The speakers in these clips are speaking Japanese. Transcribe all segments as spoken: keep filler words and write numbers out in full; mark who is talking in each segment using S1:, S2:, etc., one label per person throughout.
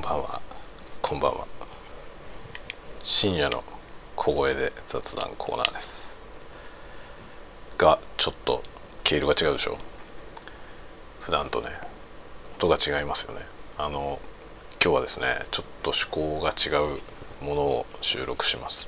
S1: ばんは、こんばんは。深夜の小声で雑談コーナーですが、ちょっと毛色が違うでしょ。普段とね、音が違いますよね。あの今日はですね、ちょっと趣向が違うものを収録します。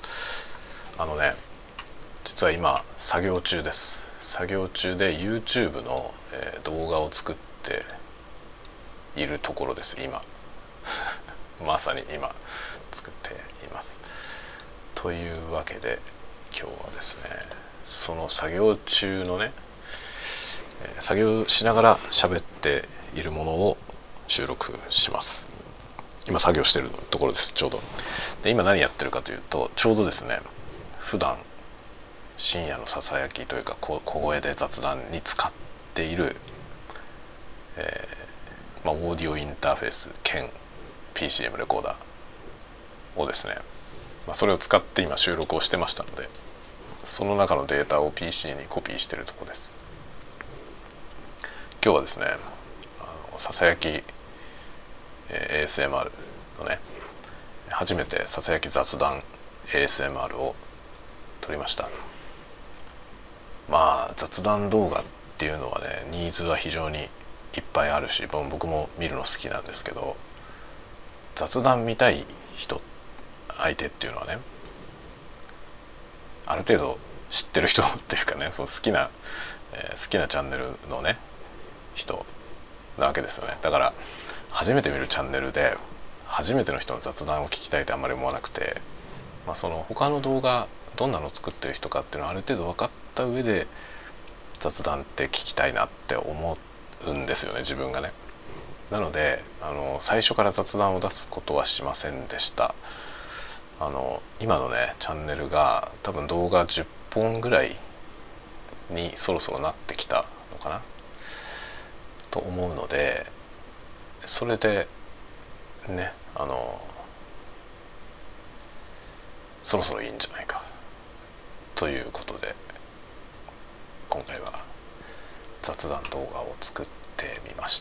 S1: あのね、実は今作業中です。作業中で YouTube の、えー、動画を作っているところです。今まさに今作っています。というわけで今日はですね、その作業中のね、えー、作業しながら喋っているものを収録します。今作業してるところです。ちょうどで今何やってるかというと、ちょうどですね、普段深夜のささやきというか小声で雑談に使っている、えーまあ、オーディオインターフェース兼 ピーシーエム レコーダーをですね、まあ、それを使って今収録をしてましたので、その中のデータを ピーシー にコピーしているところです。今日はですね、あのささやき、えー、エーエスエムアール のね、初めてささやき雑談 エーエスエムアール を撮りました。まあ雑談動画っていうのはね、ニーズは非常にいっぱいあるし、僕も見るの好きなんですけど、雑談見たい人相手っていうのはね、ある程度知ってる人っていうかね、その好きな、えー、好きなチャンネルのね人なわけですよね。だから初めて見るチャンネルで初めての人の雑談を聞きたいってあんまり思わなくて、まあ、その他の動画どんなのを作ってる人かっていうのはある程度分かった上で雑談って聞きたいなって思うんですよね、自分がね。なのであの最初から雑談を出すことはしませんでした。あの今のねチャンネルが多分動画じゅっぽんぐらいにそろそろなってきたのかなと思うので、それでね、あのそろそろいいんじゃないかということで、今回は雑談動画を作ってみました。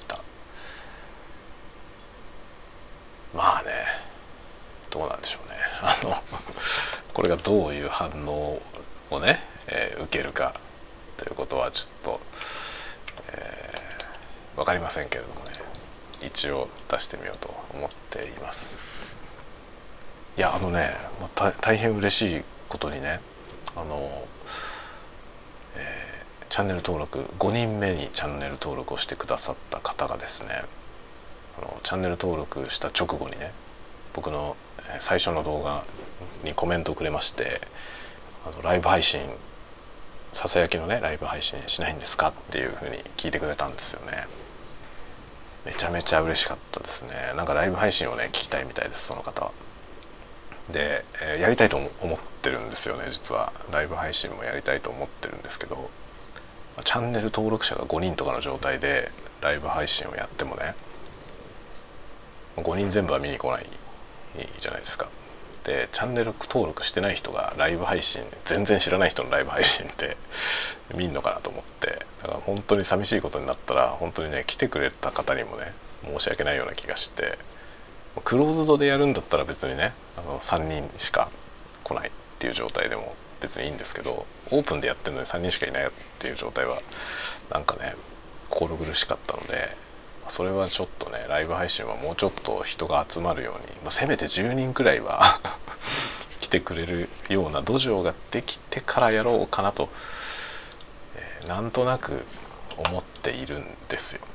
S1: まあね、どうなんでしょうね。あのこれがどういう反応をね、えー、受けるかということはちょっと、えー、分かりませんけれどもね、一応出してみようと思っています。いや、あのね、まあ、大変嬉しいことにね、あの、えー、チャンネル登録ごにんめにチャンネル登録をしてくださった方がですね、あのチャンネル登録した直後にね、僕の最初の動画にコメントをくれまして、あのライブ配信、ささやきのねライブ配信しないんですかっていうふうに聞いてくれたんですよね。めちゃめちゃ嬉しかったですね。なんかライブ配信をね聞きたいみたいです、その方は。で、えー、やりたいと思ってるんですよね。実はライブ配信もやりたいと思ってるんですけど、チャンネル登録者がごにんとかの状態でライブ配信をやってもね、ごにん全部は見に来ないじゃないですか。でチャンネル登録してない人がライブ配信、全然知らない人のライブ配信って見んのかなと思って、だから本当に寂しいことになったら、本当にね来てくれた方にもね申し訳ないような気がして、クローズドでやるんだったら別にね、あのさんにんしか来ないっていう状態でも別にいいんですけど、オープンでやってるのにさんにんしかいないっていう状態はなんかね心苦しかったので、それはちょっとねライブ配信はもうちょっと人が集まるように、まあ、せめてじゅうにんくらいは来てくれるような土壌ができてからやろうかなと、えー、なんとなく思っているんですよ。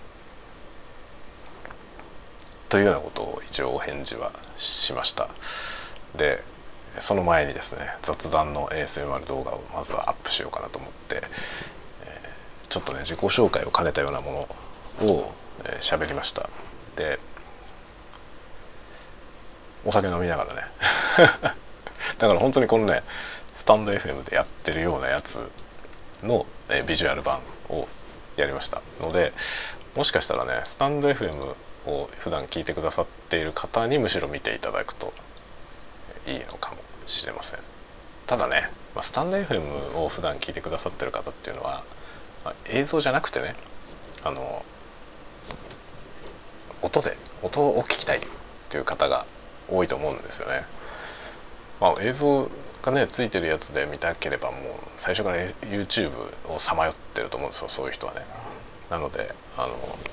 S1: というようなことを一応お返事はしました。でその前にですね、雑談の エーエスエムアール 動画をまずはアップしようかなと思って、えー、ちょっとね自己紹介を兼ねたようなものを喋りました。でお酒飲みながらねだから本当にこのねスタンド エフエム でやってるようなやつのビジュアル版をやりましたので、もしかしたらねスタンド エフエム を普段聞いてくださっている方にむしろ見ていただくといいのかもしれません。ただね、まあ、スタンド エフエム を普段聞いてくださってる方っていうのは、まあ、映像じゃなくてね、あの音で音を聞きたいっっていう方が多いと思うんですよね。まあ、映像がねついてるやつで見たければもう最初から YouTube をさまよってると思うんですよ、そういう人はね。なのであの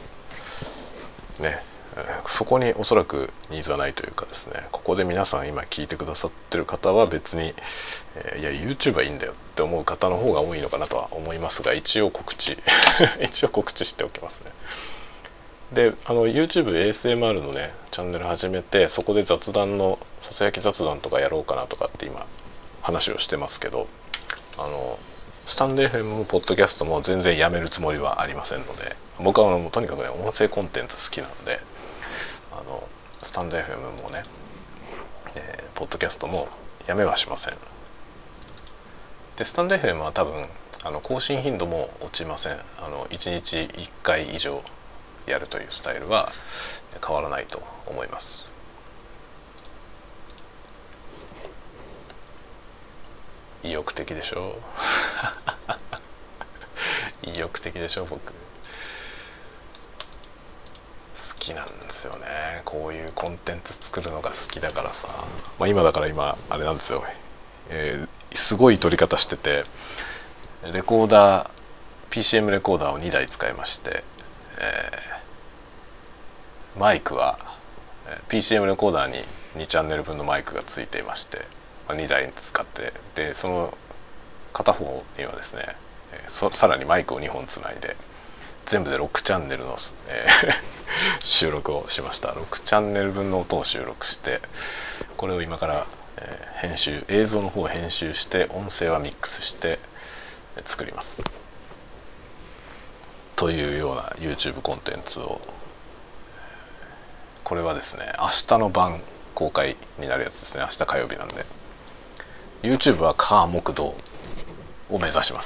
S1: ねそこにおそらくニーズはないというかですね、ここで皆さん今聞いてくださってる方は別に、えー、いや YouTube はいいんだよって思う方の方が多いのかなとは思いますが、一応告知一応告知しておきますね。であの YouTube エーエスエムアール のねチャンネル始めて、そこで雑談のささやき雑談とかやろうかなとかって今話をしてますけど、あのスタンド エフエム もポッドキャストも全然やめるつもりはありませんので、僕はあのとにかくね音声コンテンツ好きなので、あのスタンド エフエム もね、えー、ポッドキャストもやめはしません。でスタンド エフエム は多分あの更新頻度も落ちません。あのいちにちいっかい以上やるというスタイルは変わらないと思います。意欲的でしょ意欲的でしょ。僕好きなんですよね、こういうコンテンツ作るのが好きだからさ、まあ、今だから今あれなんですよ、えー、すごい撮り方してて、レコーダー ピーシーエム レコーダーをにだい使いまして、えー、マイクは ピーシーエム レコーダーににチャンネル分のマイクがついていまして、まあ、にだい使って、でその片方にはですねさらにマイクをにほんつないで全部でろくチャンネルの、えー、収録をしました。ろくチャンネル分の音を収録して、これを今から、えー、編集映像の方を編集して音声はミックスして作りますというような YouTube コンテンツを、これはですね明日の晩公開になるやつですね。明日火曜日なんで YouTube は火木土を目指します。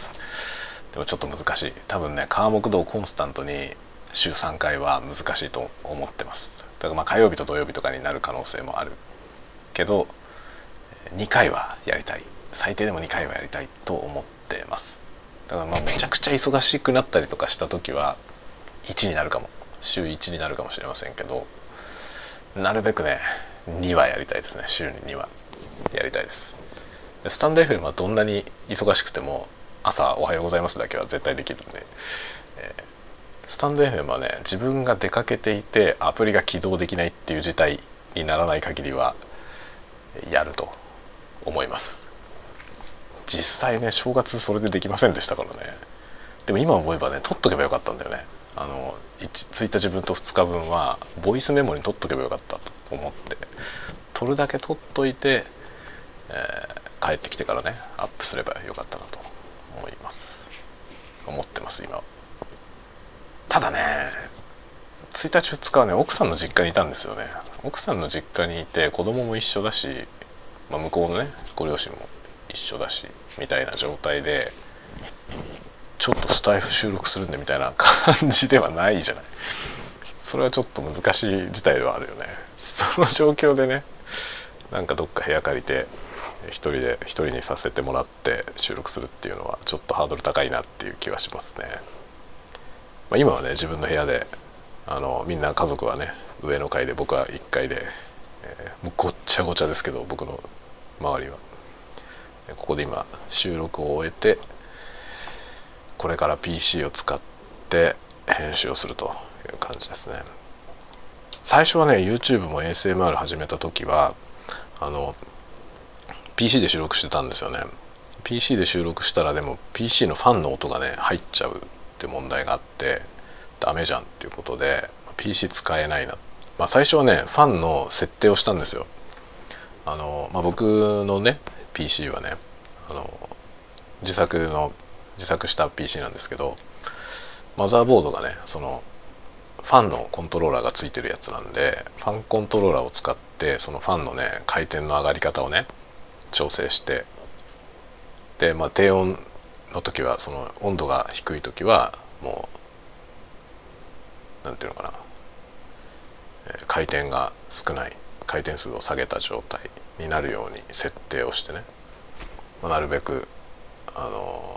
S1: でもちょっと難しい。多分ね火木土をコンスタントに週さんかいは難しいと思ってます。だからまあ火曜日と土曜日とかになる可能性もあるけど、にかいはやりたい、最低でもにかいはやりたいと思ってます。だからまあめちゃくちゃ忙しくなったりとかした時はいちになるかも、週いちになるかもしれませんけど、なるべくねにはやりたいですね。週ににはやりたいです。スタンド エフエム はどんなに忙しくても朝おはようございますだけは絶対できるんで、えー、スタンド エフエム はね自分が出かけていてアプリが起動できないっていう事態にならない限りはやると思います。実際ね正月それでできませんでしたからね。でも今思えばね取っとけばよかったんだよね。あのついたちぶんとふつかぶんはボイスメモに取っとけばよかったと思って、取るだけ取っといて、えー、帰ってきてからねアップすればよかったなと思います思ってます今。ただねついたちふつかはね奥さんの実家にいたんですよね。奥さんの実家にいて子供も一緒だし、まあ、向こうのねご両親も一緒だしみたいな状態で、ちょっとスタイフ収録するんでみたいな感じではないじゃない。それはちょっと難しい事態ではあるよね。その状況でねなんかどっか部屋借りて一人で一人にさせてもらって収録するっていうのはちょっとハードル高いなっていう気はしますね。まあ、今はね自分の部屋であのみんな家族はね上の階で僕はいっかいで、えー、もうごっちゃごちゃですけど僕の周りはここで今収録を終えてこれから ピーシー を使って編集をするという感じですね。最初はね YouTube も エーエスエムアール 始めた時はあの ピーシー で収録してたんですよね。 ピーシー で収録したらでも ピーシー のファンの音がね入っちゃうって問題があってダメじゃんっていうことで ピーシー 使えないな、まあ、最初はねファンの設定をしたんですよ。あの、まあ、僕のね ピーシー はねあの自作の自作した ピーシー なんですけど、マザーボードがねそのファンのコントローラーがついてるやつなんで、ファンコントローラーを使ってそのファンのね回転の上がり方をね調整して、で、まあ、低温の時はその温度が低い時はもうなんていうのかな、回転が少ない回転数を下げた状態になるように設定をしてね、まあ、なるべくあの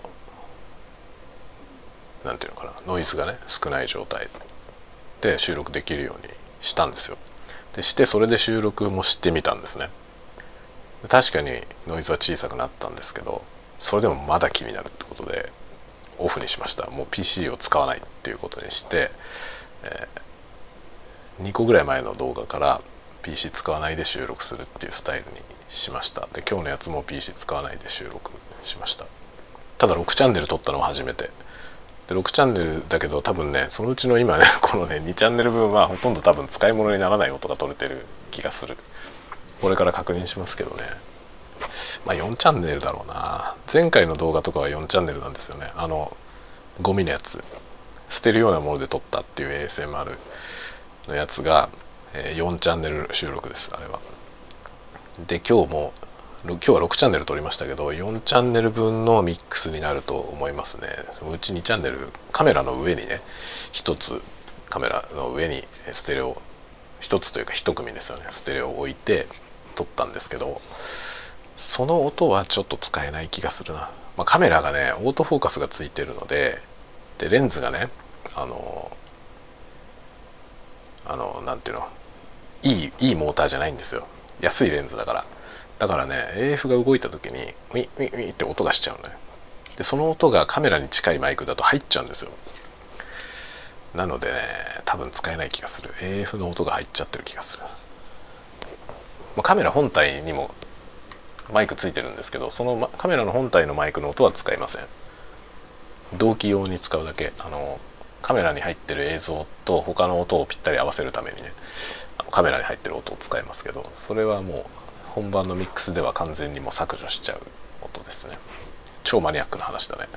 S1: なんていうのかなノイズがね少ない状態で収録できるようにしたんですよ。 でしてそれで収録もしてみたんですね。確かにノイズは小さくなったんですけど、それでもまだ気になるってことでオフにしました。もう ピーシー を使わないっていうことにして、えー、にこぐらい前の動画から ピーシー 使わないで収録するっていうスタイルにしました。で今日のやつも ピーシー 使わないで収録しました。ただろくチャンネル撮ったのは初めてで、ろくチャンネルだけど多分ね、そのうちの今ねこのねにチャンネル分はほとんど多分使い物にならない音が取れてる気がする。これから確認しますけどね。まあよんチャンネルだろうな。前回の動画とかはよんチャンネルなんですよね。あのゴミのやつ、捨てるようなもので撮ったっていう エーエスエムアール のやつがよんチャンネル収録です、あれは。で今日も今日はろくチャンネル撮りましたけど、よんチャンネル分のミックスになると思いますね。うちにチャンネル、カメラの上にねひとつ、カメラの上にステレオひとつというかいち組ですよね、ステレオを置いて撮ったんですけど、その音はちょっと使えない気がするな。まあ、カメラがねオートフォーカスがついてるので、でレンズがねあのあのなんていうの、いいいいモーターじゃないんですよ。安いレンズだから。だからね エーエフ が動いた時にウィウィウィって音がしちゃうのよ。でその音がカメラに近いマイクだと入っちゃうんですよ。なのでね多分使えない気がする。 エーエフ の音が入っちゃってる気がする。まあ、カメラ本体にもマイクついてるんですけど、そのカメラの本体のマイクの音は使いません。同期用に使うだけ。あのカメラに入ってる映像と他の音をぴったり合わせるためにね、あのカメラに入ってる音を使いますけど、それはもう本番のミックスでは完全にもう削除しちゃう音ですね。超マニアックな話だね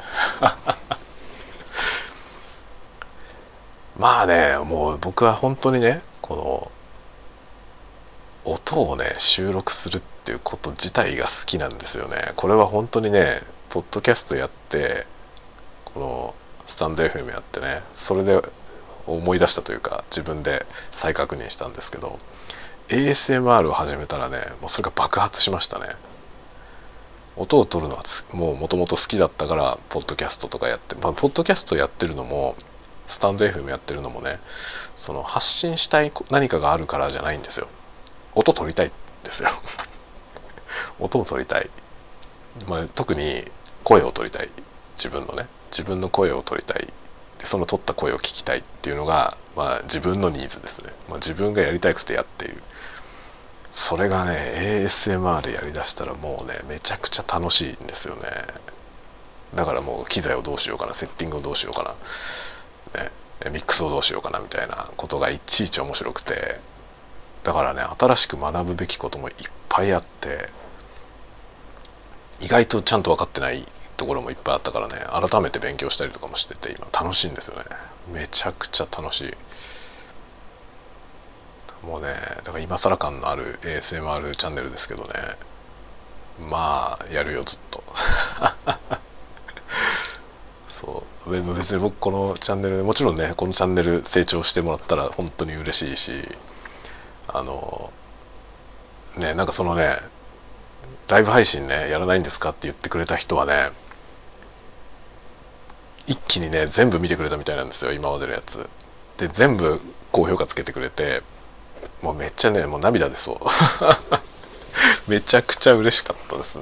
S1: まあね、もう僕は本当にねこの音をね収録するっていうこと自体が好きなんですよね。これは本当にねポッドキャストやってこのスタンド エフエム やってね、それで思い出したというか自分で再確認したんですけど、 エーエスエムアール を始めたらねもうそれが爆発しましたね。音を取るのはもうもともと好きだったからポッドキャストとかやって、まあ、ポッドキャストやってるのもスタンド エフエム やってるのもね、その発信したい何かがあるからじゃないんですよ。音取りたいんですよ音を取りたい、まあ、特に声を取りたい。自分のね自分の声を取りたい。でその取った声を聞きたいっていうのが、まあ、自分のニーズですね。まあ、自分がやりたくてやっている。それがね エーエスエムアール やりだしたらもうねめちゃくちゃ楽しいんですよね。だからもう機材をどうしようかな、セッティングをどうしようかな、ね、ミックスをどうしようかなみたいなことがいちいち面白くて、だからね新しく学ぶべきこともいっぱいあって、意外とちゃんと分かってないところもいっぱいあったからね、改めて勉強したりとかもしてて今楽しいんですよね。めちゃくちゃ楽しい。もうねだから今更感のある エーエスエムアール チャンネルですけどね、まあやるよずっとそう別に僕このチャンネルもちろんねこのチャンネル成長してもらったら本当に嬉しいし、あのねなんかそのねライブ配信ねやらないんですかって言ってくれた人はね一気にね全部見てくれたみたいなんですよ、今までのやつで。全部高評価つけてくれて、もうめっちゃねもう涙出そうめちゃくちゃ嬉しかったですね。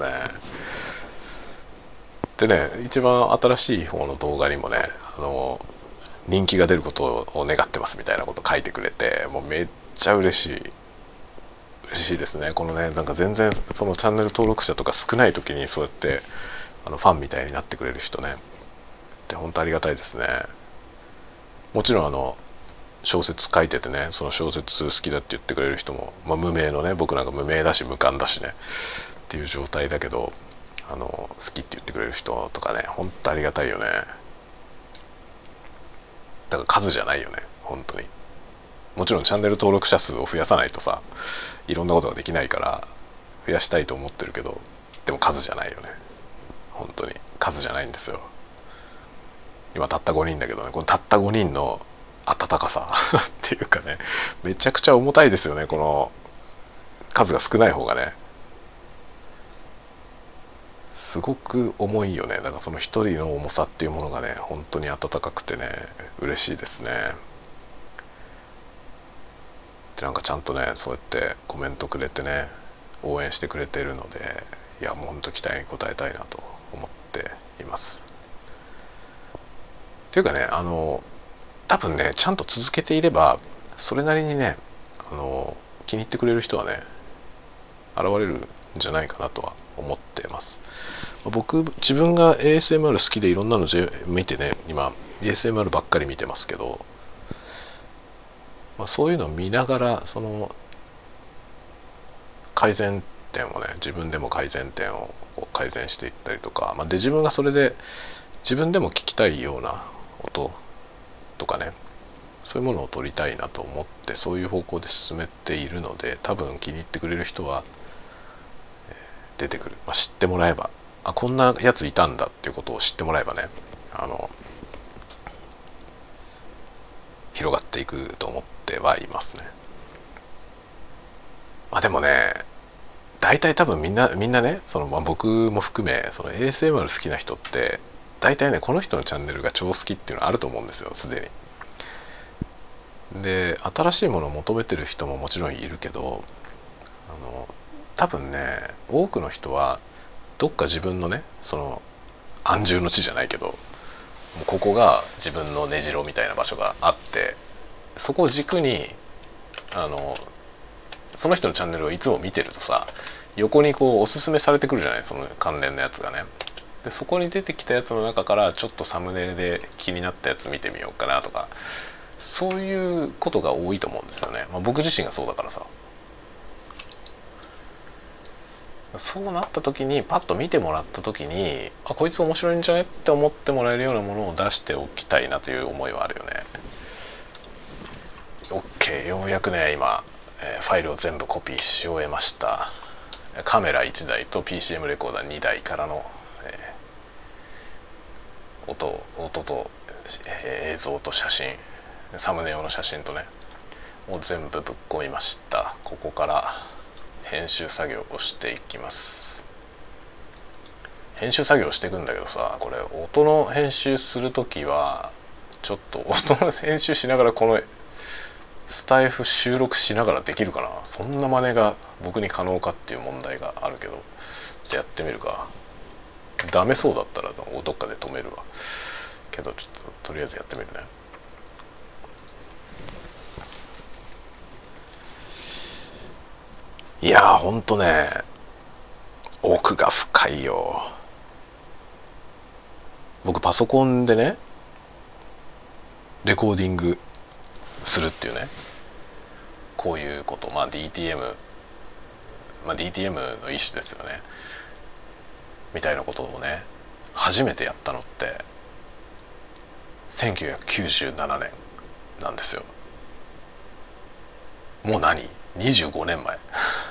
S1: でね一番新しい方の動画にもねあの人気が出ることを願ってますみたいなこと書いてくれて、もうめっちゃ嬉しい嬉しいですね。このねなんか全然そのチャンネル登録者とか少ない時にそうやってあのファンみたいになってくれる人ねって本当ありがたいですね。もちろんあの小説書いててねその小説好きだって言ってくれる人も、まあ、無名のね僕なんか無名だし無冠だしねっていう状態だけど、あの好きって言ってくれる人とかね本当ありがたいよね。だから数じゃないよね本当に。もちろんチャンネル登録者数を増やさないとさいろんなことができないから増やしたいと思ってるけど、でも数じゃないよね本当に。数じゃないんですよ。今たったごにんだけどね、このたったごにんの温かさっていうかねめちゃくちゃ重たいですよね、この数が少ない方がねすごく重いよね。だからその一人の重さっていうものがね本当に温かくてね嬉しいですね。 でなんかちゃんとねそうやってコメントくれてね応援してくれているので、いやもうほんと期待に応えたいなと思っています。っていうかね、あの多分ねちゃんと続けていればそれなりにねあの気に入ってくれる人はね現れるんじゃないかなとは思っています。僕自分が エーエスエムアール 好きでいろんなの見てね、今 エーエスエムアール ばっかり見てますけど、まあ、そういうのを見ながらその改善点をね自分でも改善点を改善していったりとか、まあ、で自分がそれで自分でも聞きたいような音とかね、そういうものを取りたいなと思ってそういう方向で進めているので、多分気に入ってくれる人は出てくる、まあ、知ってもらえば、あこんなやついたんだっていうことを知ってもらえばね、あの広がっていくと思ってはいますね。まあでもね大体多分みんなみんなねその、まあ、僕も含めその エーエスエムアール 好きな人って大体ねこの人のチャンネルが超好きっていうのはあると思うんですよすでに。で新しいものを求めてる人ももちろんいるけど、あの多分ね多くの人はどっか自分のねその安住の地じゃないけどここが自分の根城みたいな場所があって、そこを軸にあのその人のチャンネルをいつも見てるとさ、横にこうおすすめされてくるじゃない、その関連のやつがね。でそこに出てきたやつの中からちょっとサムネで気になったやつ見てみようかなとか、そういうことが多いと思うんですよね、まあ、僕自身がそうだからさ。そうなった時にパッと見てもらった時に、あこいつ面白いんじゃねって思ってもらえるようなものを出しておきたいなという思いはあるよね。 OK、 ようやくね今、えー、ファイルを全部コピーし終えました。カメラいちだいと ピーシーエム レコーダーにだいからの、えー、音音と、えー、映像と写真、サムネ用の写真とねを全部ぶっ込みました。ここから編集作業をしていきます。編集作業していくんだけどさ、これ音の編集する時はちょっと音の編集しながらこのスタイフ収録しながらできるかな。そんな真似が僕に可能かっていう問題があるけど、じゃあやってみるか。ダメそうだったらどっかで止めるわけど、ちょっととりあえずやってみるね。いやーほんとね奥が深いよ。僕パソコンでねレコーディングするっていうね、こういうこと、まあ ディーティーエム、まあ ディーティーエム の一種ですよねみたいなことをね初めてやったのってせんきゅうひゃくきゅうじゅうななねんなんですよ。もう何にじゅうごねんまえ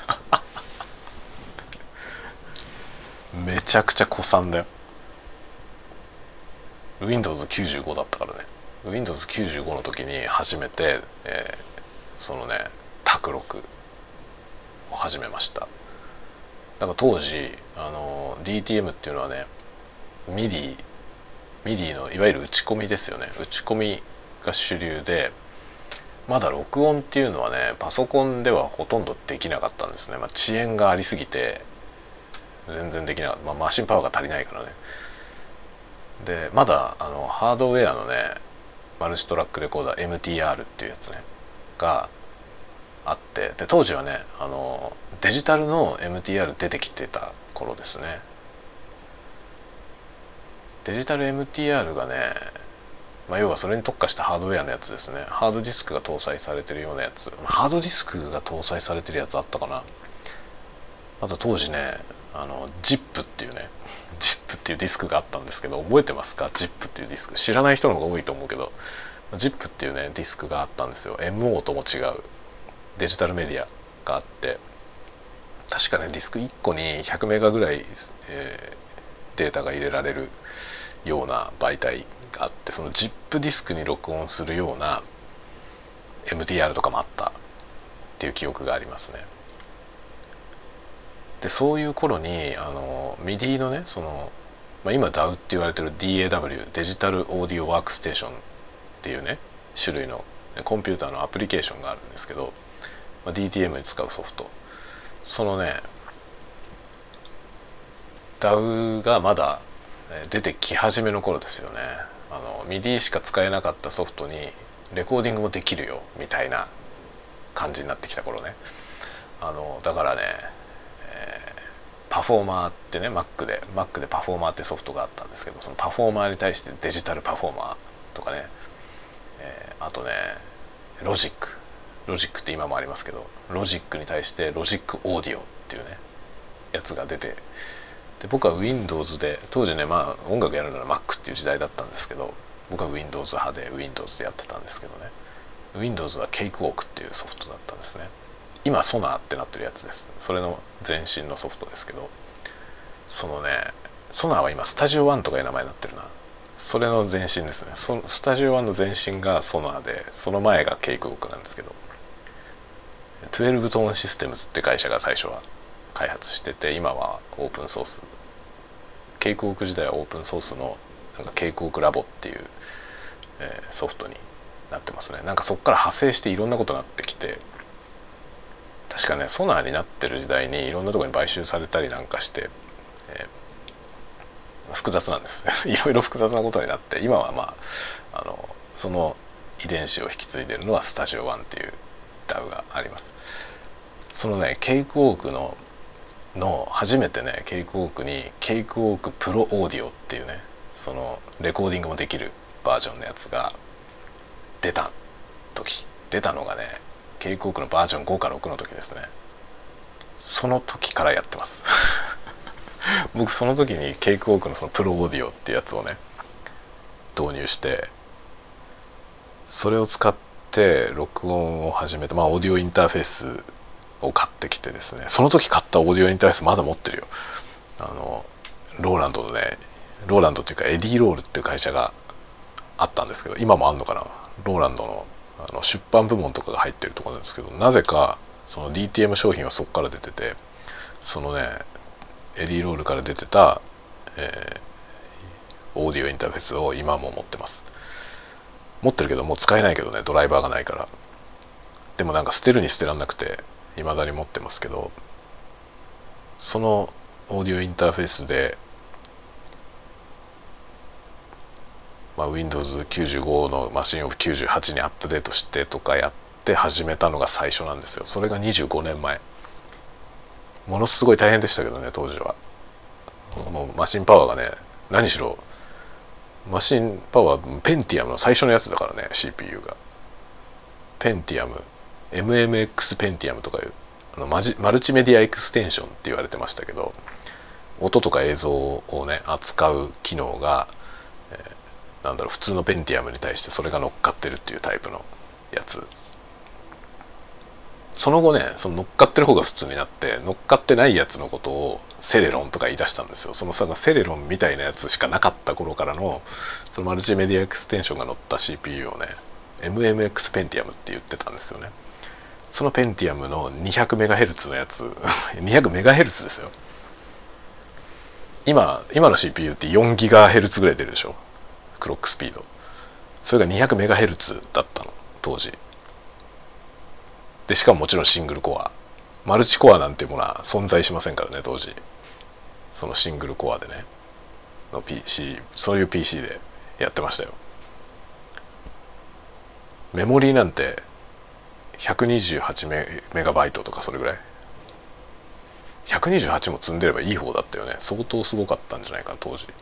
S1: めちゃくちゃ古参だよ。 ウィンドウズきゅうじゅうご だったからね。 ウィンドウズきゅうじゅうご の時に初めて、えー、そのね卓録を始めました。だから当時あの ディーティーエム っていうのはねミディミディのいわゆる打ち込みですよね。打ち込みが主流で、まだ録音っていうのはねパソコンではほとんどできなかったんですね。まあ、遅延がありすぎて全然できなかった、まあ、マシンパワーが足りないからね。でまだあのハードウェアのねマルチトラックレコーダー エムティーアール っていうやつねがあって、で当時はねあのデジタルの エムティーアール 出てきてた頃ですね。デジタル エムティーアール がね、まあ、要はそれに特化したハードウェアのやつですね。ハードディスクが搭載されてるようなやつ、ハードディスクが搭載されてるやつあったかな。あと当時ねあの ジップ っていうね ジップ っていうディスクがあったんですけど、覚えてますか？ ジップ っていうディスク知らない人の方が多いと思うけど、 ジップ っていうねディスクがあったんですよ。 エムオー とも違うデジタルメディアがあって、確かねディスクいっこにひゃくメガぐらい、えー、データが入れられるような媒体があって、その ジップ ディスクに録音するような エムティーアール とかもあったっていう記憶がありますね。でそういう頃にあの ミディ のねその、まあ、今 ダウ って言われてる ディーエーダブリュー デジタルオーディオワークステーションっていうね種類のコンピューターのアプリケーションがあるんですけど、 まあ、ディーティーエム に使うソフト、そのね ダウ がまだ出てき始めの頃ですよね。あの ミディ しか使えなかったソフトにレコーディングもできるよみたいな感じになってきた頃ね。あのだからね、えー、パフォーマーってね Mac で Mac でパフォーマーってソフトがあったんですけど、そのパフォーマーに対してデジタルパフォーマーとかね、えー、あとねロジックロジックって今もありますけど、ロジックに対してロジックオーディオっていうねやつが出て、で僕は Windows で当時ね、まあ音楽やるなら Mac っていう時代だったんですけど、僕は Windows 派で Windows でやってたんですけどね、 Windows は Cakewalk っていうソフトだったんですね。今ソナーってなってるやつです。それの前身のソフトですけど、そのねソナーは今スタジオワンとかいう名前になってるな。それの前身ですね。そスタジオワンの前身がソナーで、その前がCakewalkなんですけど、じゅうにトーンシステムズって会社が最初は開発してて、今はオープンソース、Cakewalk時代はオープンソースのなんかCakewalkラボっていう、えー、ソフトになってますね。なんかそこから派生していろんなことになってきて、確かねソナーになってる時代にいろんなところに買収されたりなんかして、えー、複雑なんですいろいろ複雑なことになって、今はまあ、あのその遺伝子を引き継いでるのはスタジオワンっていう ダウ があります。そのねケイクウォークのの初めてねケイクウォークにケイクウォークプロオーディオっていうね、そのレコーディングもできるバージョンのやつが出た時、出たのがねケイクウォークのバージョンごかろくの時ですね。その時からやってます僕その時にケイクウォークのそのプロオーディオっていうやつをね導入して、それを使って録音を始めて、まあオーディオインターフェースを買ってきてですね、その時買ったオーディオインターフェースまだ持ってるよ。あのローランドのね、ローランドっていうかエディロールっていう会社があったんですけど、今もあんのかな。ローランドの、あの出版部門とかが入ってるところなんですけど、なぜかその ディーティーエム 商品はそこから出てて、そのねエディロールから出てた、えー、オーディオインターフェースを今も持ってます。持ってるけどもう使えないけどね、ドライバーがないから。でもなんか捨てるに捨てらんなくて未だに持ってますけど、そのオーディオインターフェースで、まあ、ウィンドウズきゅうじゅうご のマシンオブきゅうじゅうはちにアップデートしてとかやって始めたのが最初なんですよ。それがにじゅうごねんまえ。ものすごい大変でしたけどね当時は。もうマシンパワーがね、何しろマシンパワーペンティアムの最初のやつだからね、 シーピーユー がペンティアム エムエムエックス ペンティアムとかいうあのマジマルチメディアエクステンションって言われてましたけど、音とか映像をね扱う機能が、えー、なんだろう普通のペンティアムに対してそれが乗っかってるっていうタイプのやつ。その後ねその乗っかってる方が普通になって、乗っかってないやつのことをセレロンとか言い出したんですよ。そのさセレロンみたいなやつしかなかった頃からのそのマルチメディアエクステンションが乗った シーピーユー をね エムエムエックス ペンティアムって言ってたんですよね。そのペンティアムの にひゃくメガヘルツ のやつにひゃくメガヘルツ ですよ。今今の シーピーユー って よんギガヘルツ ぐらい出るでしょ、クロックスピード。それが にひゃくメガヘルツ だったの当時で、しかももちろんシングルコア、マルチコアなんていうものは存在しませんからね当時。そのシングルコアでねの ピーシー、 そういう ピーシー でやってましたよ。メモリーなんてひゃくにじゅうはちメガバイトとかそれぐらい、ひゃくにじゅうはちも積んでればいい方だったよね。相当すごかったんじゃないか当時。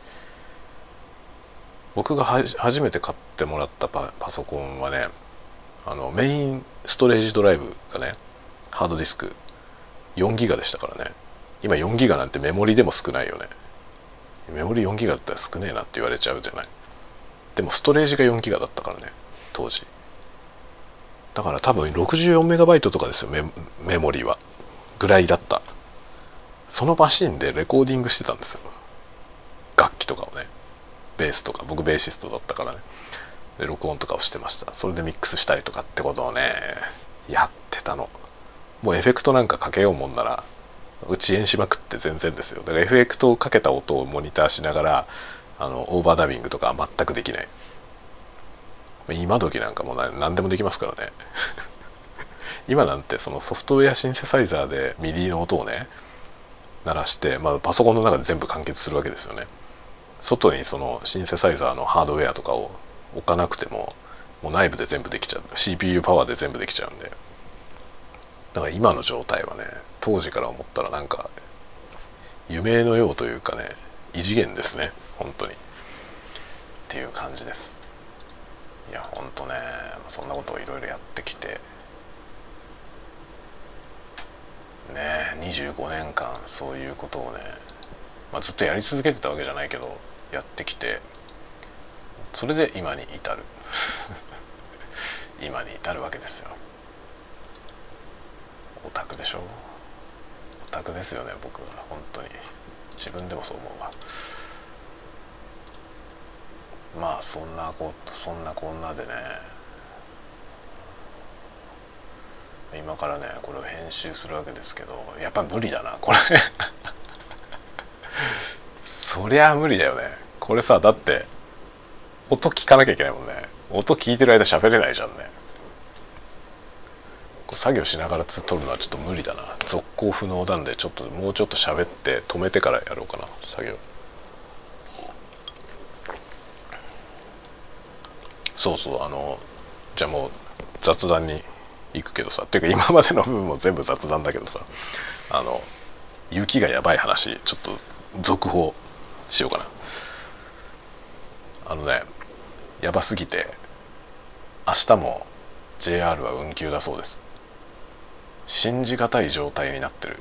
S1: 僕がは初めて買ってもらったパ、パソコンはね、あのメインストレージドライブがねハードディスクよんギガでしたからね。今よんギガなんてメモリでも少ないよね。メモリよんギガだったら少ねえなって言われちゃうじゃない。でもストレージがよんギガだったからね当時。だから多分 ろくじゅうよんメガバイトとかですよ メ, メモリはぐらいだった。そのマシンでレコーディングしてたんですよ、楽器とかをね。ベースとか、僕ベーシストだったからね、で録音とかをしてました。それでミックスしたりとかってことをねやってたの。もうエフェクトなんかかけようもんなら遅延しまくって全然ですよ。だからエフェクトをかけた音をモニターしながらあのオーバーダビングとかは全くできない。今時なんかもう何でもできますからね今なんてそのソフトウェアシンセサイザーでミディの音をね鳴らして、まあ、パソコンの中で全部完結するわけですよね。外にそのシンセサイザーのハードウェアとかを置かなくてももう内部で全部できちゃう、 シーピーユー パワーで全部できちゃうんで、だから今の状態はね当時から思ったらなんか夢のようというかね異次元ですね本当にっていう感じです。いや本当ねそんなことをいろいろやってきてねにじゅうごねんかんそういうことをね、まあ、ずっとやり続けてたわけじゃないけどやってきて、それで今に至る今に至るわけですよ。オタクでしょ。オタクですよね僕は本当に。自分でもそう思うわ。まあそんなことそんなこんなでね今からねこれを編集するわけですけど、やっぱ無理だなこれそりゃ無理だよねこれさ。だって音聞かなきゃいけないもんね。音聞いてる間喋れないじゃんね。作業しながら撮るのはちょっと無理だな。続行不能なんでちょっともうちょっと喋って止めてからやろうかな作業。そうそうあのじゃあもう雑談に行くけどさ、っていうか今までの部分も全部雑談だけどさ、あの雪がやばい話ちょっと続報しようかな。あのねやばすぎて明日も ジェイアール は運休だそうです。信じがたい状態になってる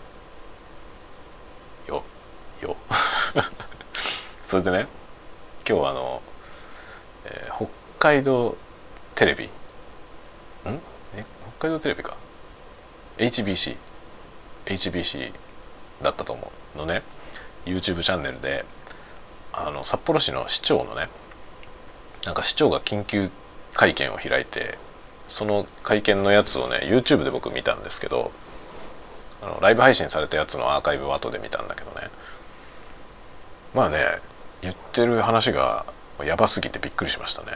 S1: よよそれでね今日あの、えー、北海道テレビんえ北海道テレビか エイチビーシー エイチビーシー だったと思うのね YouTube チャンネルであの札幌市の市長のねなんか市長が緊急会見を開いて、その会見のやつをね YouTube で僕見たんですけど、あのライブ配信されたやつのアーカイブを後で見たんだけどね、まあね言ってる話がやばすぎてびっくりしましたね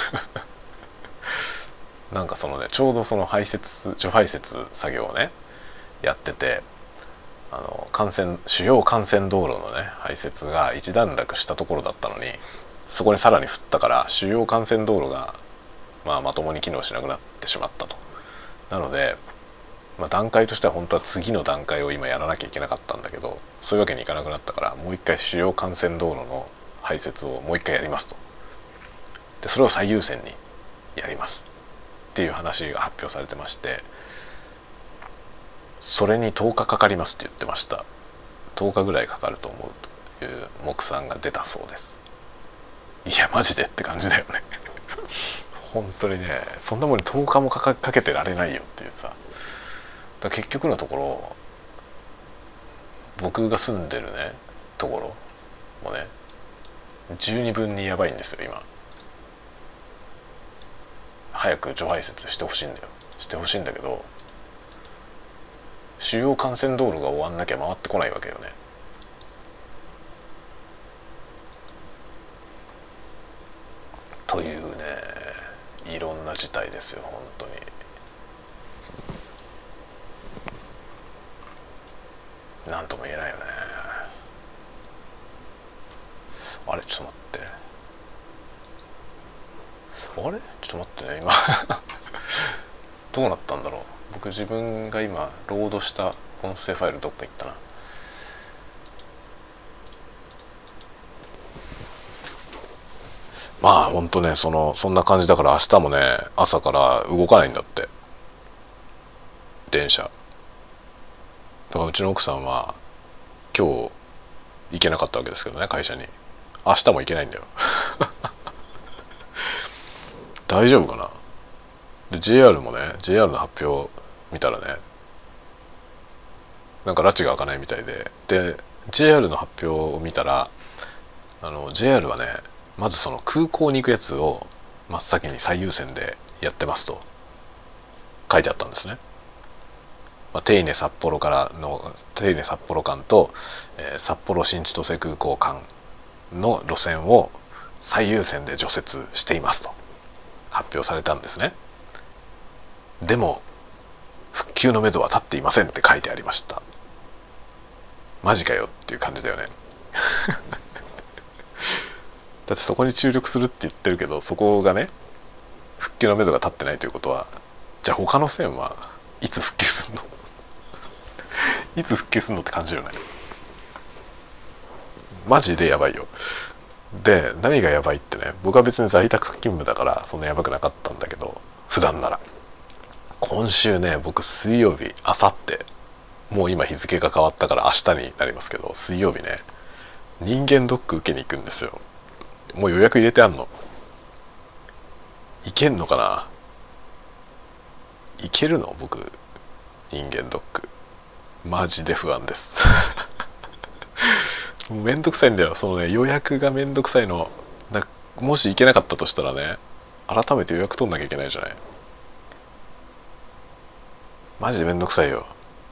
S1: なんかそのねちょうどその排泄除排泄作業をねやってて、あの幹線主要幹線道路のね排泄が一段落したところだったのに、そこにさらに降ったから主要幹線道路が、まあ、まともに機能しなくなってしまったと。なので、まあ、段階としては本当は次の段階を今やらなきゃいけなかったんだけど、そういうわけにいかなくなったからもう一回主要幹線道路の排泄をもう一回やりますと。でそれを最優先にやりますっていう話が発表されてまして、それにとおかかかりますって言ってました。とおかぐらいかかると思うという目算が出たそうです。いやマジでって感じだよね本当にねそんなもんにとおかもか か, かけてられないよっていうさ。だ結局のところ僕が住んでるねところもね十二分にやばいんですよ今。早く除排泄してほしいんだよしてほしいんだけど、主要幹線道路が終わんなきゃ回ってこないわけよね。というねいろんな事態ですよ本当に。なんとも言えないよね。あれちょっと待ってあれちょっと待ってね今どうなったんだろう。僕自分が今ロードした音声ファイルどっか行ったな。まあほんとねそのそんな感じだから明日もね朝から動かないんだって電車だから。うちの奥さんは今日行けなかったわけですけどね会社に。明日も行けないんだよ大丈夫かな。で ジェイアール もね ジェイアール の発表見たらねなんか拉致が開かないみたいで、で ジェイアール の発表を見たらあの ジェイアール はねまずその空港に行くやつを真っ先に最優先でやってますと書いてあったんですね。まあ、手稲札幌からの手稲札幌間と、えー、札幌新千歳空港間の路線を最優先で除雪していますと発表されたんですね。でも復旧のめどは立っていませんって書いてありました。マジかよっていう感じだよねだってそこに注力するって言ってるけど、そこがね復旧のめどが立ってないということは、じゃあ他の線はいつ復旧すんのいつ復旧すんのって感じよね。マジでやばいよ。で何がやばいってね、僕は別に在宅勤務だからそんなやばくなかったんだけど、普段なら今週ね、僕水曜日、あさってもう今日付が変わったから明日になりますけど、水曜日ね人間ドック受けに行くんですよ。もう予約入れてあんの。いけんのかな。いけるの僕人間ドックマジで不安ですもうめんどくさいんだよ、そのね予約がめんどくさいの。だもし行けなかったとしたらね、改めて予約取んなきゃいけないじゃない。マジでめんどくさいよ。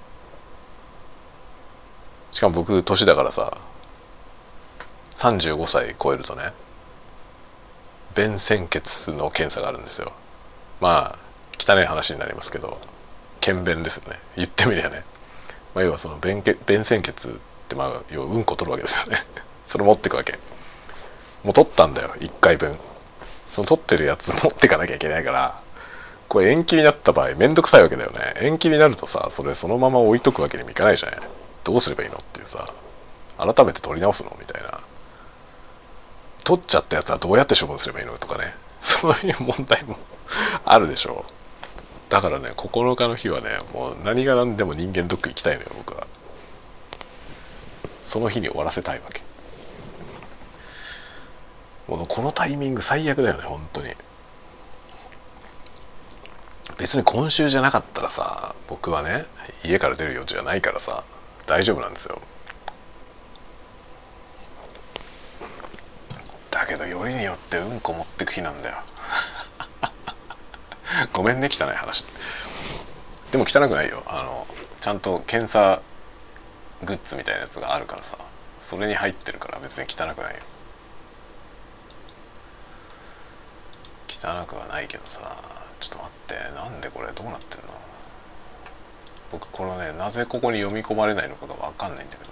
S1: しかも僕年だからさ、さんじゅうごさい超えるとね便潜血の検査があるんですよ。まあ汚い話になりますけど検便ですよね、言ってみりゃね。まあ、要はその便便潜血ってまあ要はうんこ取るわけですよねそれ持ってくわけ。もう取ったんだよいっかいぶん。その取ってるやつ持ってかなきゃいけないから、これ延期になった場合めんどくさいわけだよね。延期になるとさ、それそのまま置いとくわけにもいかないじゃない。どうすればいいのっていうさ、改めて取り直すのみたいな。取っちゃったやつはどうやって処分すればいいのとかね、そういう問題もあるでしょう。だからねここのかの日はね、もう何が何でも人間ドック行きたいのよ僕は。その日に終わらせたいわけ。もうこのタイミング最悪だよね本当に。別に今週じゃなかったらさ、僕はね家から出る余地がないからさ大丈夫なんですよ。だけどよりによってうんこ持ってく日なんだよごめんね汚い話。でも汚くないよ。あのちゃんと検査グッズみたいなやつがあるからさ、それに入ってるから別に汚くないよ。汚くはないけどさ、ちょっと待って、なんでこれどうなってんの。僕このねなぜここに読み込まれないのかが分かんないんだけど。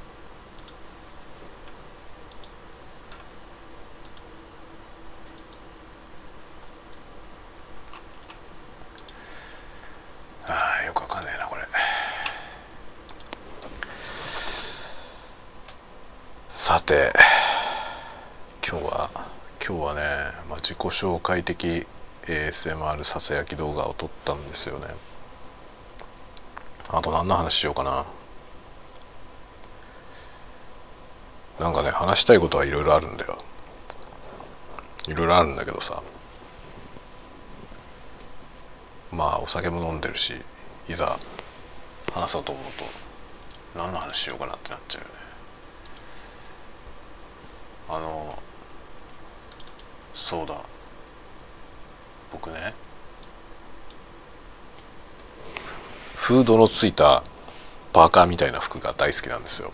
S1: ああよく分かんないなこれ。さて今日は今日はね、まあ、自己紹介的 エーエスエムアール ささやき動画を撮ったんですよね。あと何の話しようかな。なんかね話したいことはいろいろあるんだよ。いろいろあるんだけどさ、まあお酒も飲んでるし、いざ話そうと思うと何の話しようかなってなっちゃうよね。あのそうだ、僕ねフードのついたパーカーみたいな服が大好きなんですよ。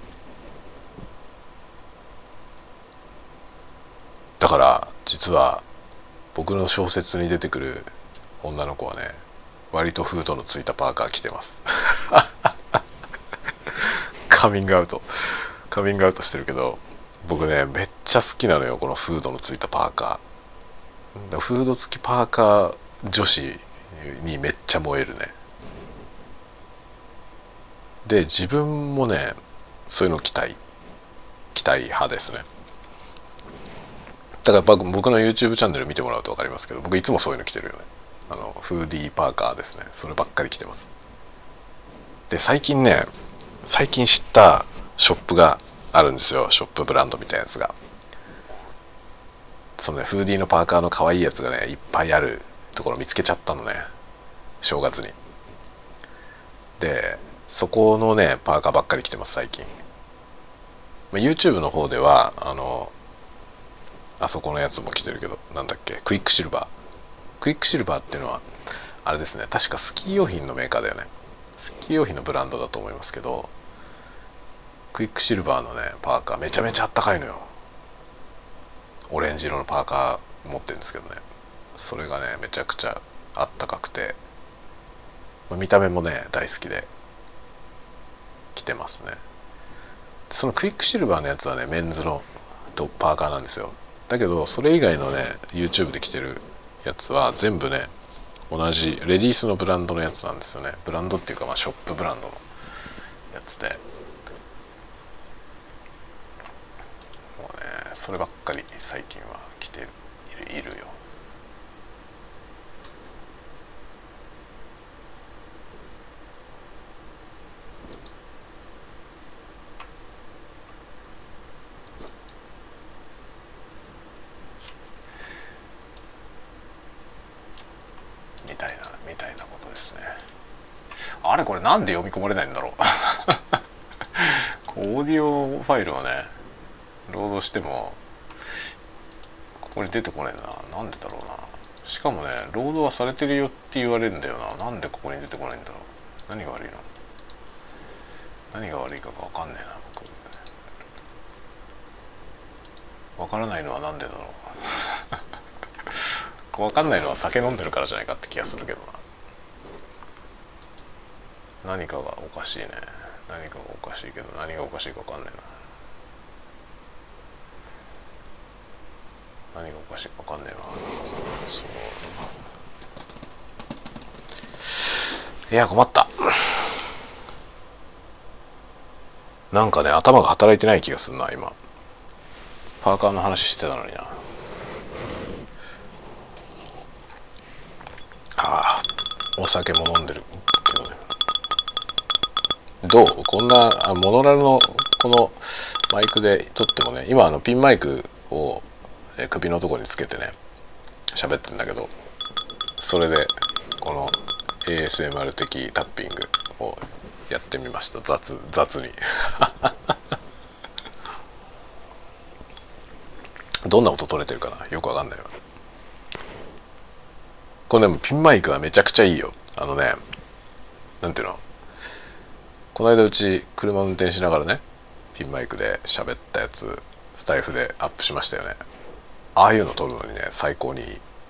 S1: だから実は僕の小説に出てくる女の子はね割とフードのついたパーカー着てますカミングアウトカミングアウトしてるけど、僕ねめっちゃ好きなのよこのフードのついたパーカー。だフード付きパーカー女子にめっちゃ燃えるね。で自分もねそういうの着たい着たい派ですね。だから僕の YouTube チャンネル見てもらうと分かりますけど、僕いつもそういうの着てるよね。あのフーディーパーカーですね。そればっかり着てます。で最近ね最近知ったショップがあるんですよ。ショップブランドみたいなやつが。そのねフーディーのパーカーの可愛いやつがねいっぱいあるところ見つけちゃったのね、正月に。でそこのねパーカーばっかり着てます最近。まあ、YouTube の方ではあのあそこのやつも着てるけど、なんだっけクイックシルバークイックシルバーっていうのはあれですね、確かスキー用品のメーカーだよね。スキー用品のブランドだと思いますけど、クイックシルバーのねパーカーめちゃめちゃあったかいのよ。オレンジ色のパーカー持ってるんですけどね、それがねめちゃくちゃあったかくてまあ、見た目もね大好きで着てますね。そのクイックシルバーのやつはねメンズのとパーカーなんですよ。だけどそれ以外のね YouTube で着てるやつは全部ね同じレディースのブランドのやつなんですよね。ブランドっていうかまあショップブランドのやつで、もうねそればっかり最近は着ているいるよ。みたいなみたいなことですね。あれこれなんで読み込まれないんだろうオーディオファイルをねロードしてもここに出てこないな。なんでだろうな。しかもねロードはされてるよって言われるんだよな。なんでここに出てこないんだろう。何が悪いの。何が悪いかが分かんねえな僕。分からないのはなんでだろう分かんないのは酒飲んでるからじゃないかって気がするけどな。何かがおかしいね。何かがおかしいけど何がおかしいか分かんないな。何がおかしいか分かんねえな。そういや困った。なんかね頭が働いてない気がするな今。パーカーの話してたのにな。ああお酒も飲んでるけどね。どうこんなモノラルのこのマイクで撮ってもね、今あのピンマイクを首のところにつけてね喋ってんだけど、それでこの エーエスエムアール 的タッピングをやってみました。雑雑にどんな音取れてるかなよくわかんないわ。これでもピンマイクはめちゃくちゃいいよ。あのねなんていうの、この間うち車運転しながらねピンマイクで喋ったやつスタイフでアップしましたよね。ああいうの撮るのにね最高にいい。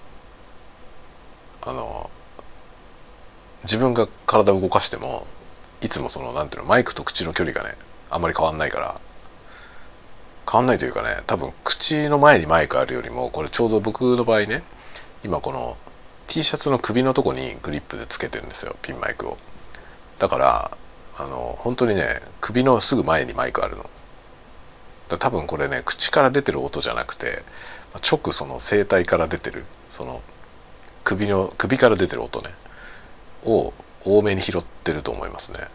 S1: あの自分が体を動かしてもいつもそのなんていうのマイクと口の距離がねあんまり変わんないから、変わんないというかね、多分口の前にマイクあるよりもこれちょうど僕の場合ね今この T シャツの首のとこにグリップでつけてるんですよピンマイクを。だからあの本当にね首のすぐ前にマイクあるのだ。多分これね口から出てる音じゃなくて直その声帯から出てるその首の首から出てる音ねを多めに拾ってると思いますね。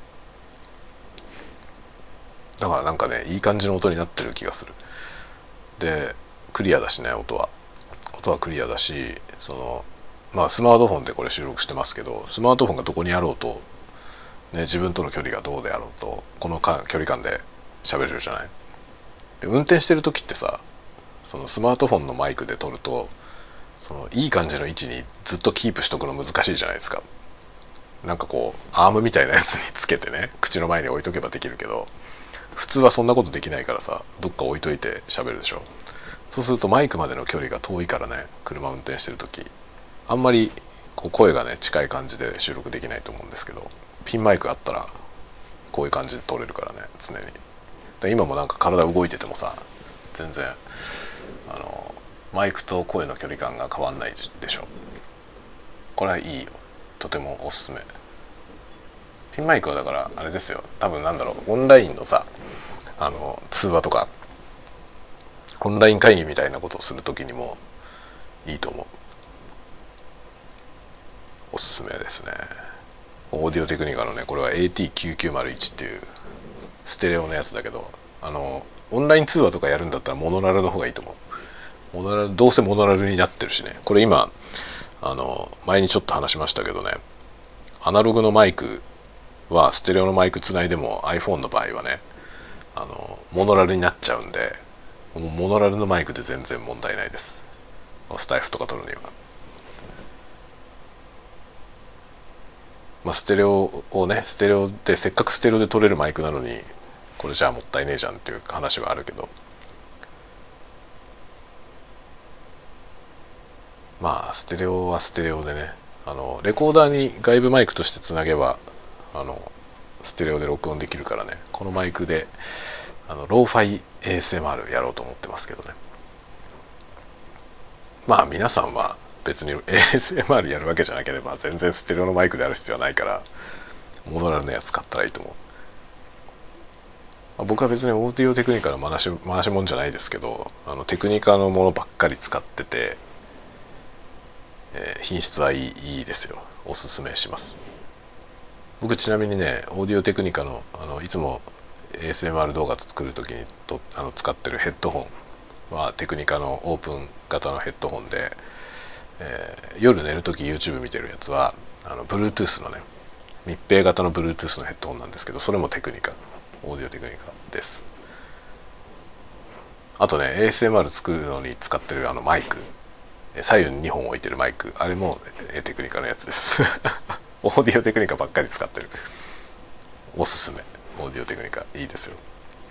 S1: だからなんかねいい感じの音になってる気がする。でクリアだしね、音は音はクリアだし、そのまあスマートフォンでこれ収録してますけど、スマートフォンがどこにあろうと、ね、自分との距離がどうであろうとこのか距離感で喋れるじゃない。運転してる時ってさ、そのスマートフォンのマイクで撮るとそのいい感じの位置にずっとキープしとくの難しいじゃないですか。なんかこうアームみたいなやつにつけてね口の前に置いとけばできるけど、普通はそんなことできないからさ、どっか置いといて喋るでしょ。そうするとマイクまでの距離が遠いからね、車運転してる時あんまりこう声がね近い感じで収録できないと思うんですけど、ピンマイクあったらこういう感じで撮れるからね常に。で今もなんか体動いててもさ全然あのマイクと声の距離感が変わんないでしょ。これはいいよ、とてもおすすめ。ピンマイクはだからあれですよ、多分なんだろう、オンラインのさあの通話とかオンライン会議みたいなことをするときにもいいと思う。おすすめですね。オーディオテクニカのねこれは エーティーきゅうきゅうまるいち っていうステレオのやつだけど、あのオンライン通話とかやるんだったらモノラルの方がいいと思う。モノラルどうせモノラルになってるしね。これ今あの前にちょっと話しましたけどね、アナログのマイクはステレオのマイクつないでも iPhone の場合はねあのモノラルになっちゃうんで、もうモノラルのマイクで全然問題ないです、スタイフとか撮るには。まあステレオをねステレオでせっかくステレオで撮れるマイクなのにこれじゃあもったいねえじゃんっていう話はあるけど、まあステレオはステレオでねあのレコーダーに外部マイクとしてつなげばあのステレオで録音できるからね、このマイクであのローファイ エーエスエムアール やろうと思ってますけどね。まあ皆さんは別に エーエスエムアール やるわけじゃなければ全然ステレオのマイクである必要はないからモノラルのやつ買ったらいいと思う。まあ、僕は別にオーディオテクニカの回し回しもんじゃないですけど、あのテクニカのものばっかり使ってて、えー、品質はいい、いいですよ。おすすめします。僕ちなみにねオーディオテクニカの、あのいつも エーエスエムアール 動画作る時にとあの使ってるヘッドホンはテクニカのオープン型のヘッドホンで、えー、夜寝る時 YouTube 見てるやつはあの Bluetooth のね密閉型の Bluetooth のヘッドホンなんですけど、それもテクニカオーディオテクニカです。あとね エーエスエムアール 作るのに使ってるあのマイク、左右ににほん置いてるマイク、あれもテクニカのやつですオーディオテクニカばっかり使ってる。おすすめ。オーディオテクニカいいですよ。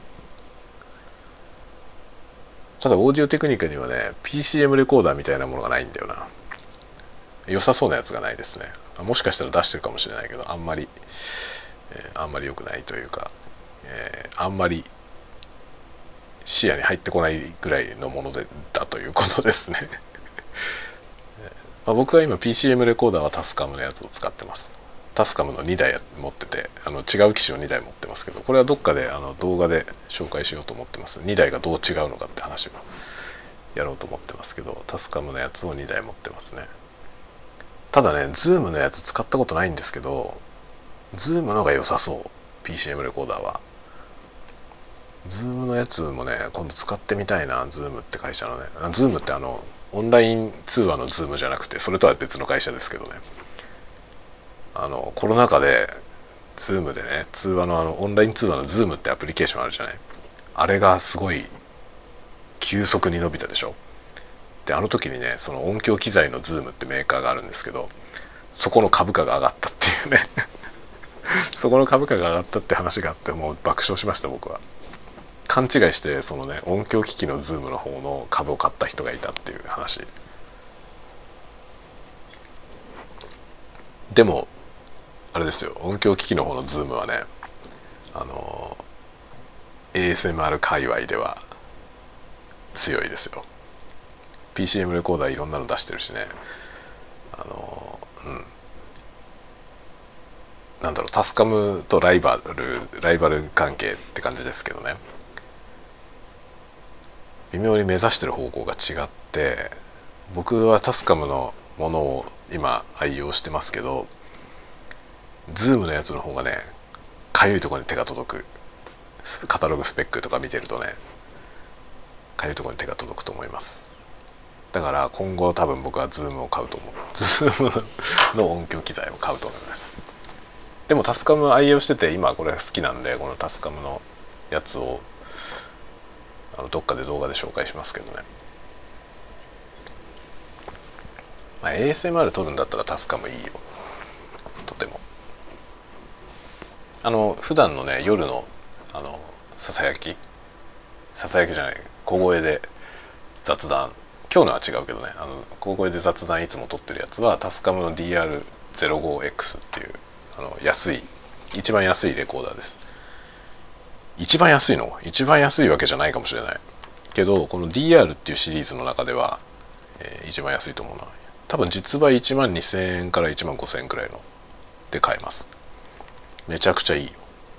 S1: ただオーディオテクニカにはね ピーシーエム レコーダーみたいなものがないんだよな。良さそうなやつがないですね。もしかしたら出してるかもしれないけど、あんまり、えー、あんまり良くないというか、えー、あんまり視野に入ってこないぐらいのものでだということですねまあ僕は今 ピーシーエム レコーダーはタスカムのやつを使ってます。タスカムのにだい持ってて、あの違う機種をにだい持ってますけど、これはどっかであの動画で紹介しようと思ってます。にだいがどう違うのかって話をやろうと思ってますけど、タスカムのやつをにだい持ってますね。ただねズームのやつ使ったことないんですけど、ズームのが良さそう。 ピーシーエム レコーダーはズームのやつもね今度使ってみたいな。ズームって会社のね、ズームってあのオンライン通話のズームじゃなくて、それとは別の会社ですけどね、あのコロナ禍でズームでね通話のあのオンライン通話のズームってアプリケーションあるじゃない。あれがすごい急速に伸びたでしょ。であの時にねその音響機材のズームってメーカーがあるんですけど、そこの株価が上がったっていうねそこの株価が上がったって話があって、もう爆笑しました僕は。勘違いしてそのね音響機器のズームの方の株を買った人がいたっていう話。でもあれですよ、音響機器の方のズームはねあの エーエスエムアール 界隈では強いですよ。 ピーシーエム レコーダーいろんなの出してるしね、あのうんなんだろう、タスカムとライバルライバル関係って感じですけどね、微妙に目指してる方向が違って、僕はタスカムのものを今愛用してますけど、ズームのやつの方がねかゆいところに手が届く。カタログスペックとか見てるとねかゆいところに手が届くと思います。だから今後多分僕はズームを買うと思う。ズームの音響機材を買うと思います。でもタスカム愛用してて今これ好きなんで、このタスカムのやつをあのどっかで動画で紹介しますけどね、まあ、エーエスエムアール 撮るんだったらタスカムいいよ。とてもあの普段のね夜のあのささやきささやきじゃない小声で雑談、今日のは違うけどね、あの小声で雑談いつも撮ってるやつはタスカムの ディーアールゼロごエックス っていうあの安い一番安いレコーダーです。一番安いの一番安いわけじゃないかもしれないけど、この ディーアール っていうシリーズの中では、えー、一番安いと思うな。多分実売いちまんにせんえんからいちまんごせんえんくらいので買えます。めちゃくちゃいいよ。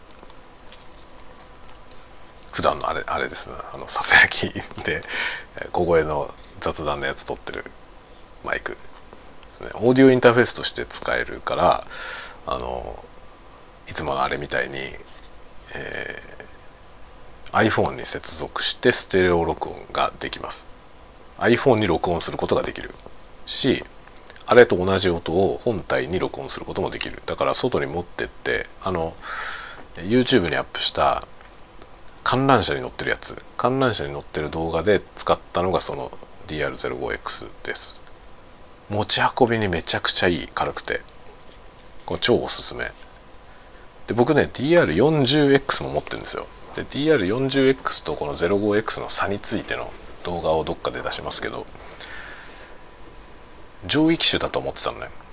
S1: 普段のあれあれですね、あのささやきで小声の雑談のやつ撮ってるマイクですね。オーディオインターフェースとして使えるから、あのいつものあれみたいに、えー、iPhone に接続してステレオ録音ができます。 iPhone に録音することができるし、あれと同じ音を本体に録音することもできる。だから外に持ってって、あの YouTube にアップした観覧車に乗ってるやつ観覧車に乗ってる動画で使ったのがその ディーアールゼロごエックス です。持ち運びにめちゃくちゃいい、軽くてこれ超おすすめで、僕ね ディーアールよんじゅうエックス も持ってるんですよ。で ディーアールよんじゅうエックス とこの ゼロごエックス の差についての動画をどっかで出しますけど、上位機種だと思ってたのね。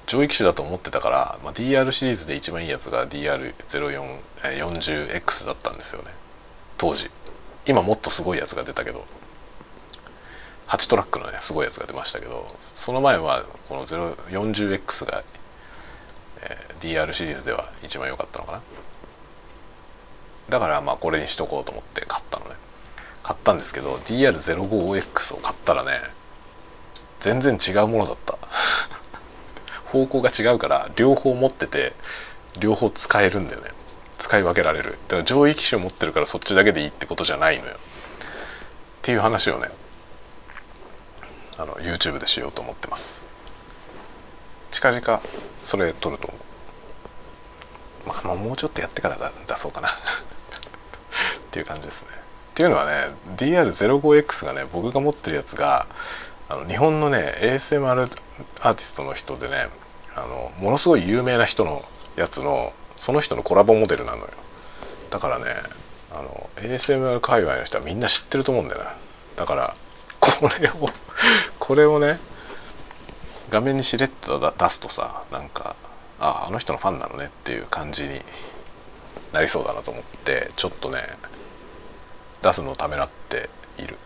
S1: 上位機種だと思ってたから、まあ、ディーアール シリーズで一番いいやつが ディーアールゼロよん よんじゅうエックス だったんですよね当時。今もっとすごいやつが出たけど、はちトラックのねすごいやつが出ましたけど、その前はこの よんじゅうエックス が、えー、ディーアール シリーズでは一番良かったのかな。だからまあこれにしとこうと思って買ったのね。買ったんですけど ディーアールゼロごエックス を買ったらね全然違うものだった方向が違うから両方持ってて両方使えるんだよね。使い分けられる。だから上位機種を持ってるからそっちだけでいいってことじゃないのよっていう話をねあの YouTube でしようと思ってます。近々それ撮ると思う。まあ、まあもうちょっとやってから出そうかなっていう感じですね。っていうのはね ディーアールゼロごエックス がね僕が持ってるやつがあの日本のね エーエスエムアール アーティストの人でねあのものすごい有名な人のやつのその人のコラボモデルなのよ。だからねあの エーエスエムアール 界隈の人はみんな知ってると思うんだよな。だからこれをこれをね画面にしれっと出すとさなんかああの人のファンなのねっていう感じになりそうだなと思ってちょっとね出すのをためらっている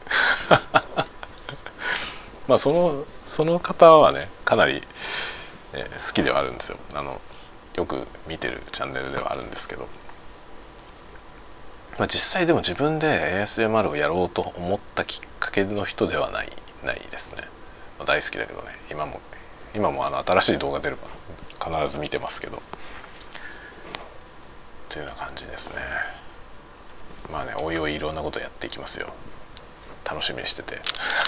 S1: まあそのその方はねかなり、えー、好きではあるんですよ。あのよく見てるチャンネルではあるんですけど、まあ、実際でも自分で エーエスエムアール をやろうと思ったきっかけの人ではないないですね。まあ、大好きだけどね今も今もあの新しい動画出れば必ず見てますけどというような感じですね。まあねおいおいいろんなことやっていきますよ。楽しみにしてて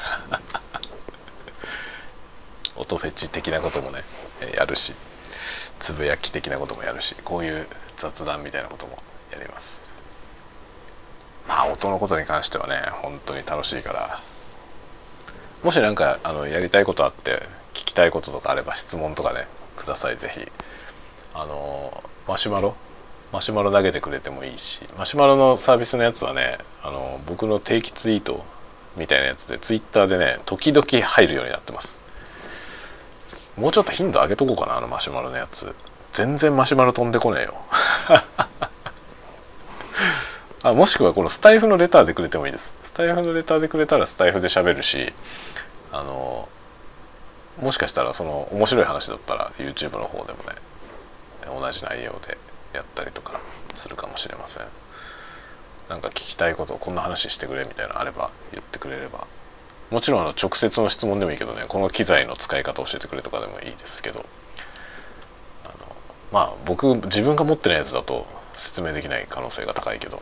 S1: 音フェチ的なこともねやるしつぶやき的なこともやるしこういう雑談みたいなこともやります。まあ音のことに関してはね本当に楽しいから、もしなんかあのやりたいことあって聞きたいこととかあれば質問とかねください。ぜひあのマシュマロマシュマロ投げてくれてもいいし、マシュマロのサービスのやつはねあの僕の定期ツイートみたいなやつでツイッターでね時々入るようになってます。もうちょっと頻度上げとこうかなあのマシュマロのやつ。全然マシュマロ飛んでこねえよあもしくはこのスタイフのレターでくれてもいいです。スタイフのレターでくれたらスタイフで喋るし、あのもしかしたらその面白い話だったら YouTube の方でもね同じ内容でやったりとかするかもしれません。なんか聞きたいことこんな話してくれみたいなのあれば言ってくれれば、もちろんあの直接の質問でもいいけどねこの機材の使い方教えてくれとかでもいいですけど、あのまあ僕自分が持ってないやつだと説明できない可能性が高いけど、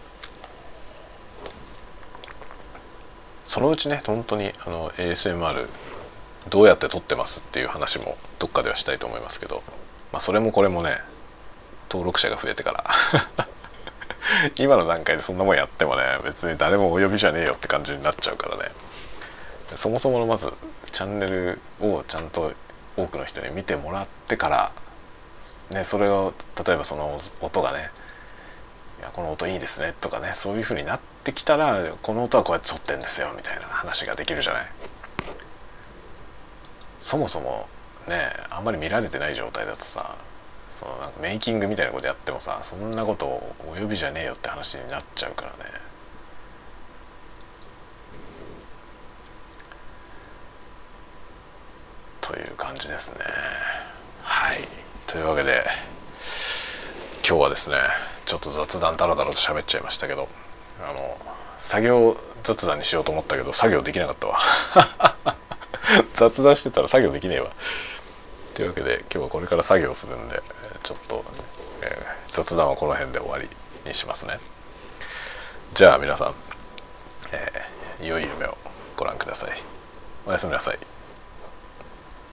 S1: そのうちね本当にあの エーエスエムアール どうやって撮ってますっていう話もどっかではしたいと思いますけど、まあ、それもこれもね登録者が増えてから今の段階でそんなもんやってもね別に誰もお呼びじゃねえよって感じになっちゃうからね。そもそものまずチャンネルをちゃんと多くの人に見てもらってから、ね、それを例えばその音がねいやこの音いいですねとかねそういう風になってきたらこの音はこうやって撮ってんですよみたいな話ができるじゃない。そもそもねあんまり見られてない状態だとさそのなんかメイキングみたいなことやってもさそんなことをお呼びじゃねえよって話になっちゃうからね。という感じですね。はい、というわけで今日はですねちょっと雑談だらだらと喋っちゃいましたけど、あの作業雑談にしようと思ったけど作業できなかったわ雑談してたら作業できねえわ。というわけで今日はこれから作業するんでちょっと、えー、雑談はこの辺で終わりにしますね。じゃあ皆さん、えー、良い夢をご覧ください。おやすみなさい。